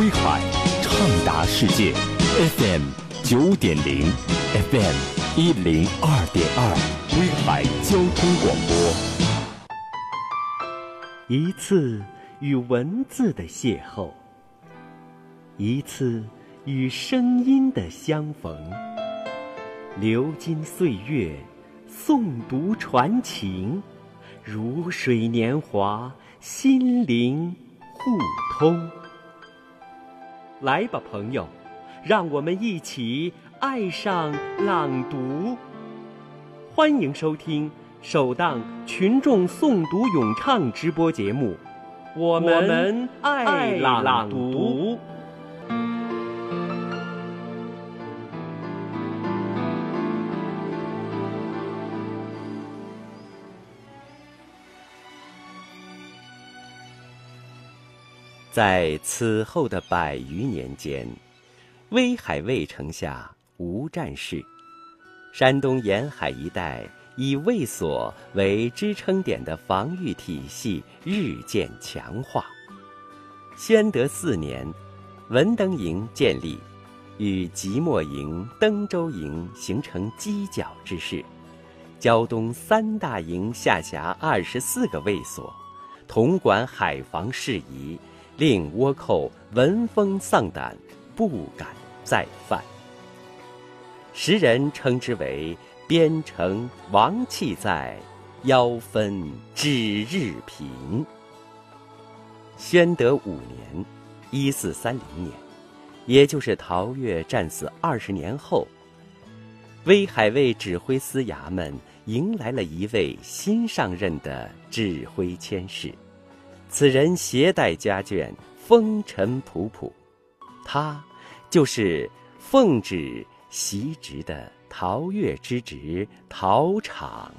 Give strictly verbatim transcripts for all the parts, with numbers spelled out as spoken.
海畅达世界 F M 九点零 F M 一零二点二威海交通广播。 一次与文字的邂逅，一次与声音的相逢，流金岁月，诵读传情，如水年华，心灵互通。来吧，朋友，让我们一起爱上朗读。欢迎收听首档群众诵读咏唱直播节目，我们爱朗读。在此后的百余年间，威海卫城下无战事，山东沿海一带以卫所为支撑点的防御体系日渐强化。宣德四年，文登营建立，与即墨营、登州营形成犄角之势。胶东三大营下辖二十四个卫所，统管海防事宜，令倭寇闻风丧胆，不敢再犯。时人称之为边城王气在，腰分指日平。宣德五年，一四三零年，也就是陶岳战死二十年后，威海卫指挥司衙门迎来了一位新上任的指挥佥事。此人携带家眷，风尘仆仆，他就是奉旨袭职的陶岳之侄陶敞。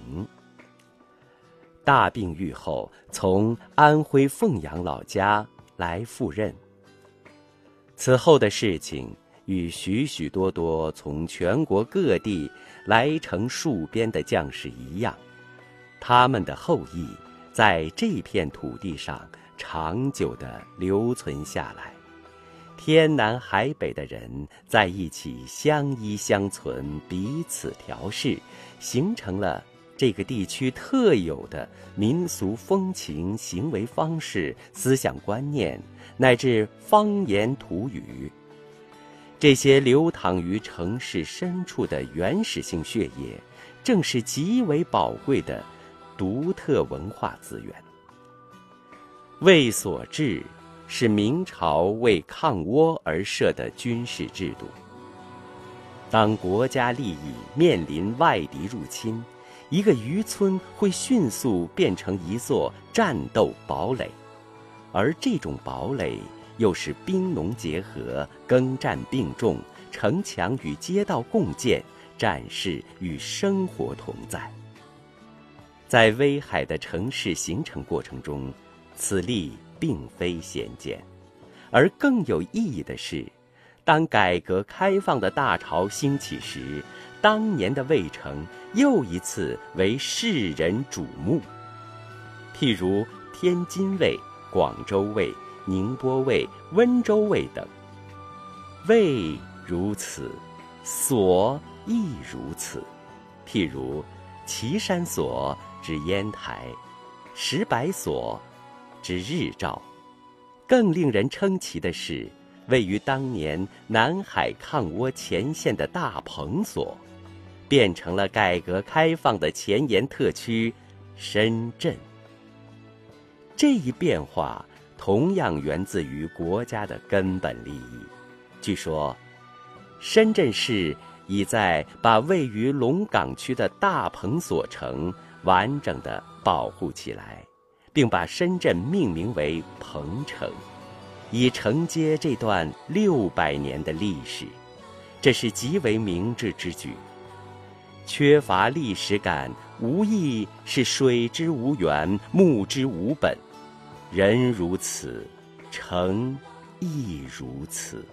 大病愈后，从安徽凤阳老家来赴任。此后的事情与许许多多从全国各地来城戍边的将士一样，他们的后裔在这片土地上长久地留存下来，天南海北的人在一起相依相存，彼此调试，形成了这个地区特有的民俗风情、行为方式、思想观念，乃至方言土语。这些流淌于城市深处的原始性血液，正是极为宝贵的独特文化资源。卫所制是明朝为抗倭而设的军事制度。当国家利益面临外敌入侵，一个渔村会迅速变成一座战斗堡垒，而这种堡垒又是兵农结合，耕战并重，城墙与街道共建，战事与生活同在。在威海的城市形成过程中，此例并非鲜见。而更有意义的是，当改革开放的大潮兴起时，当年的卫城又一次为世人瞩目。譬如天津卫、广州卫、宁波卫、温州卫等，卫如此，所亦如此。譬如岐山所之烟台，石白所之日照。更令人称奇的是，位于当年南海抗倭前线的大彭所，变成了改革开放的前沿特区深圳。这一变化同样源自于国家的根本利益。据说，深圳市已在把位于龙岗区的大彭所城完整地保护起来，并把深圳命名为彭城，以承接这段六百年的历史。这是极为明智之举。缺乏历史感，无疑是水之无源，木之无本。人如此，城亦如此。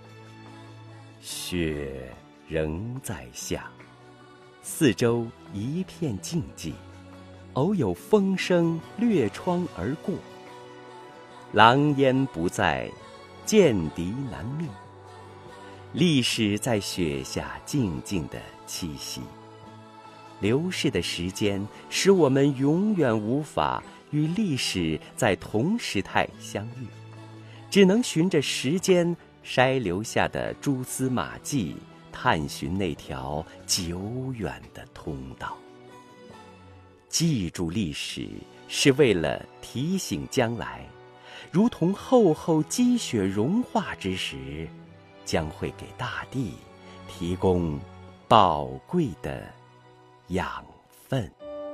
雪仍在下，四周一片静寂，偶有风声掠窗而过。狼烟不在， 见敌难觅。历史在雪下静静地栖息，流逝的时间使我们永远无法与历史在同时态相遇，只能循着时间筛留下的蛛丝马迹，探寻那条久远的通道。记住历史，是为了提醒将来，如同厚厚积雪融化之时，将会给大地提供宝贵的养分。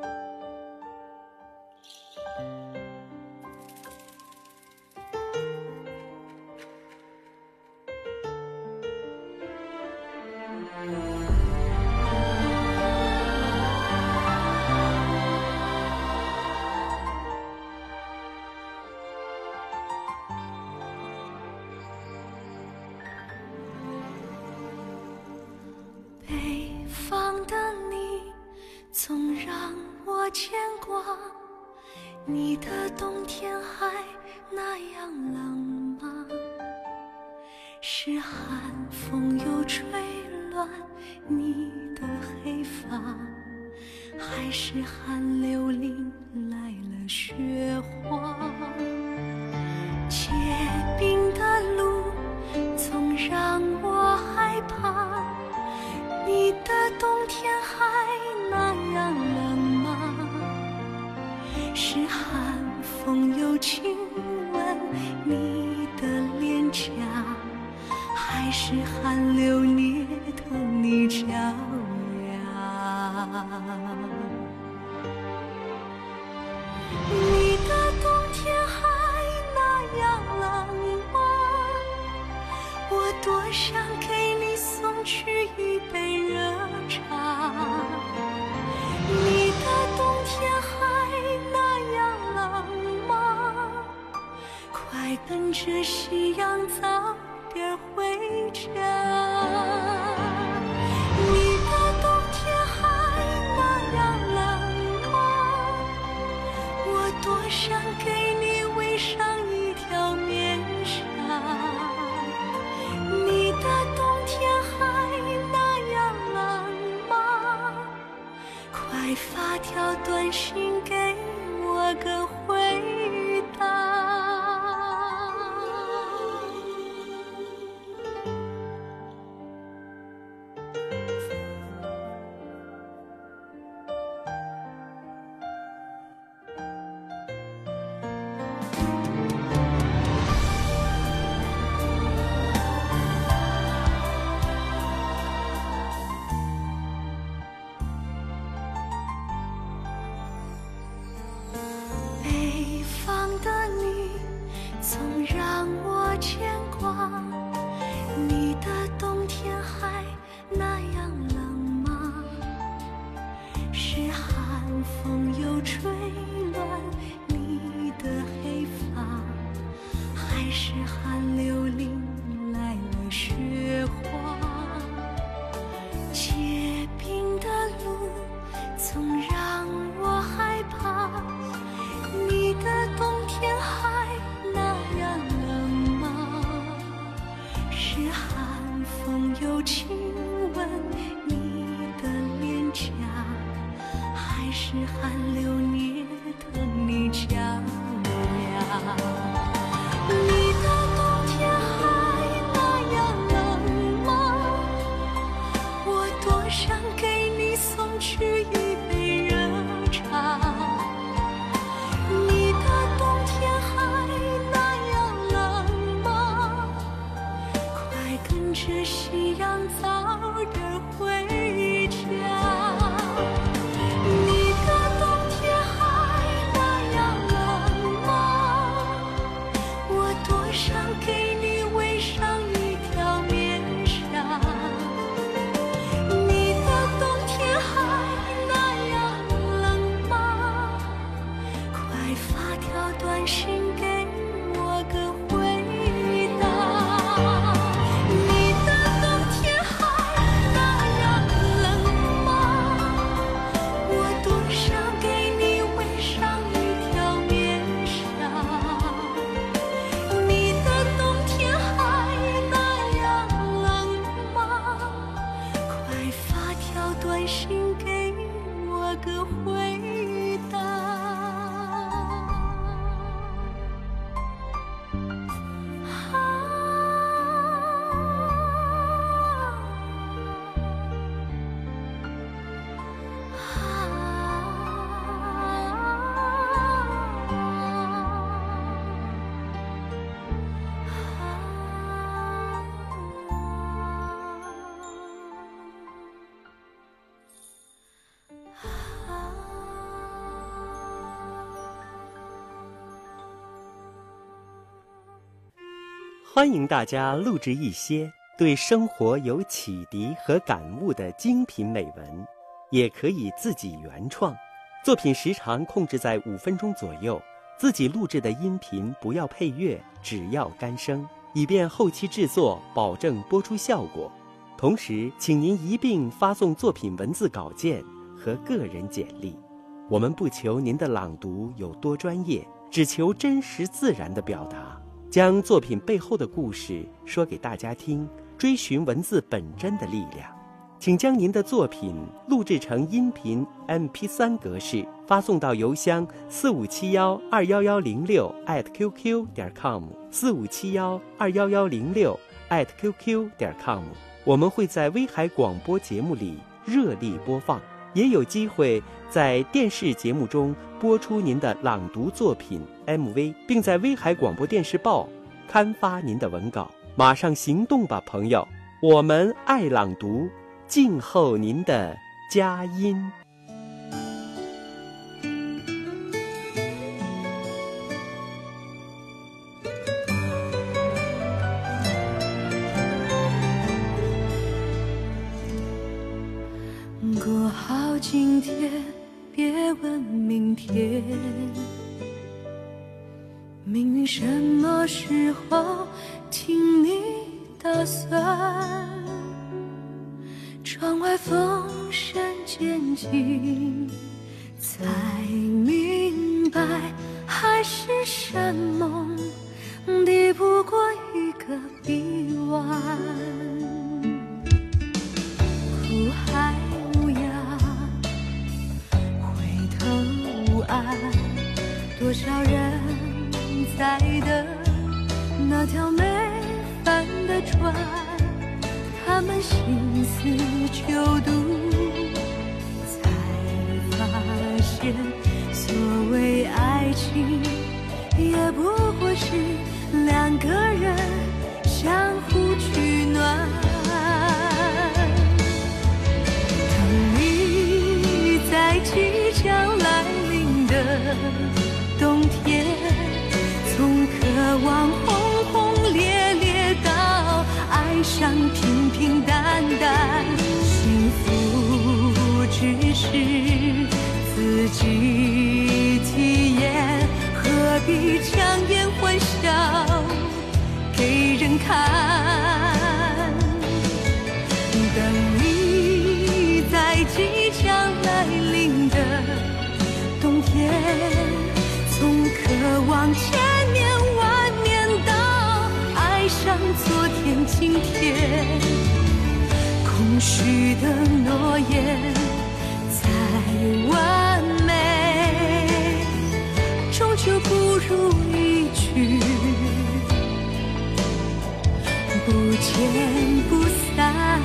总让我牵挂，你的冬天还那样冷吗？是寒风又吹乱你的黑发，还是寒流淋来了雪花？结冰的路总让我害怕，你的冬天还那样冷吗？是寒风又亲吻你的脸颊，还是寒流捏疼你脚丫？你的冬天还那样冷吗？我多想给你送去一杯热茶，你的冬天还那样冷吗？快跟着夕阳早点回家。你的冬天还那样冷吗？我多想给你围上一条棉纱，你的冬天还那样冷吗？快发条短信给我个回答。总让我牵挂，你的冬天还那样冷吗？是寒风又吹乱你的黑发，还是寒流淋来了雪花？结冰的路总让我害怕，你的冬天还那样冷吗？是寒风又亲吻你的脸颊，还是寒流捏疼你脚丫？你的冬天还欢迎大家录制一些对生活有启迪和感悟的精品美文，也可以自己原创。作品时长控制在五分钟左右，自己录制的音频不要配乐，只要干声，以便后期制作保证播出效果。同时，请您一并发送作品文字稿件和个人简历。我们不求您的朗读有多专业，只求真实自然的表达，将作品背后的故事说给大家听，追寻文字本真的力量。请将您的作品录制成音频 M P 三 格式，发送到邮箱四五七幺二幺幺零六 at Q Q 点 com 四五七幺二幺幺零六 at Q Q 点 com。我们会在威海广播节目里热力播放，也有机会在电视节目中播出您的朗读作品 M V， 并在威海广播电视报刊发您的文稿。马上行动吧，朋友！我们爱朗读，静候您的佳音。 过好今天，别问明天，命运什么时候听你打算？窗外风声渐近，才明白海誓山盟抵不过一个臂弯。苦海无涯，回头岸，多少人在等那条没帆的船，他们心思秋度，才发现所谓爱情也不过是两个人相互取暖。等你在即将来临的冬天，从渴望轰轰烈烈到爱上平平淡淡，幸福只是自己体验，何必强颜欢笑给人看？等你在即将来临的冬天，从渴望千年万年到爱上昨天今天，空虚的诺言再完美，终究不如一句不见不散。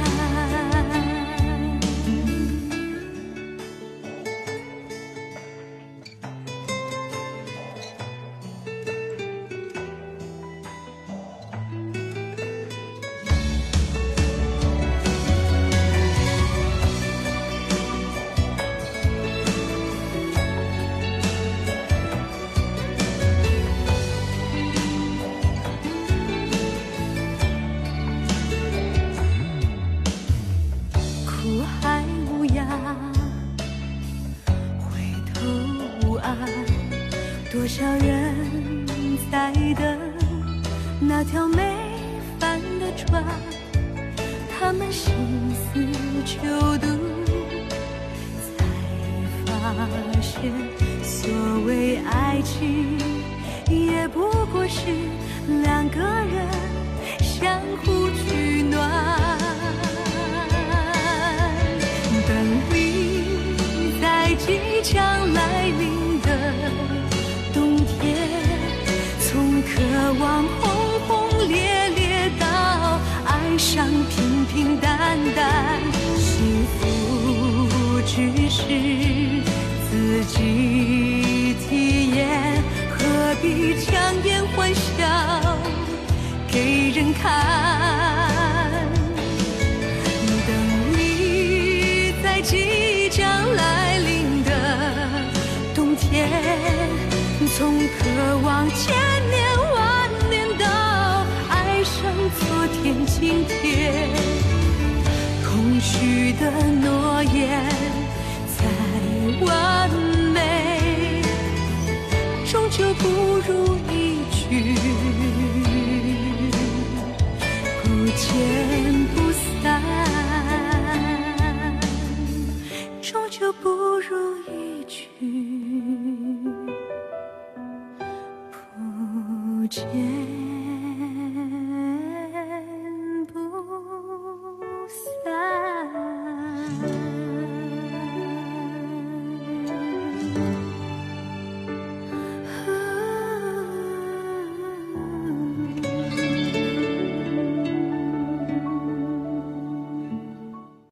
多少人在等那条没帆的船，他们心思秋度，才发现所谓爱情也不过是两个人相互取暖。等你在即将来临的冬天，从渴望轰轰烈烈到爱上平平淡淡，幸福只是自己体验，何必强颜欢笑给人看？等你在即将来临的冬天，从渴望千年万年到爱见不散，终究不如一句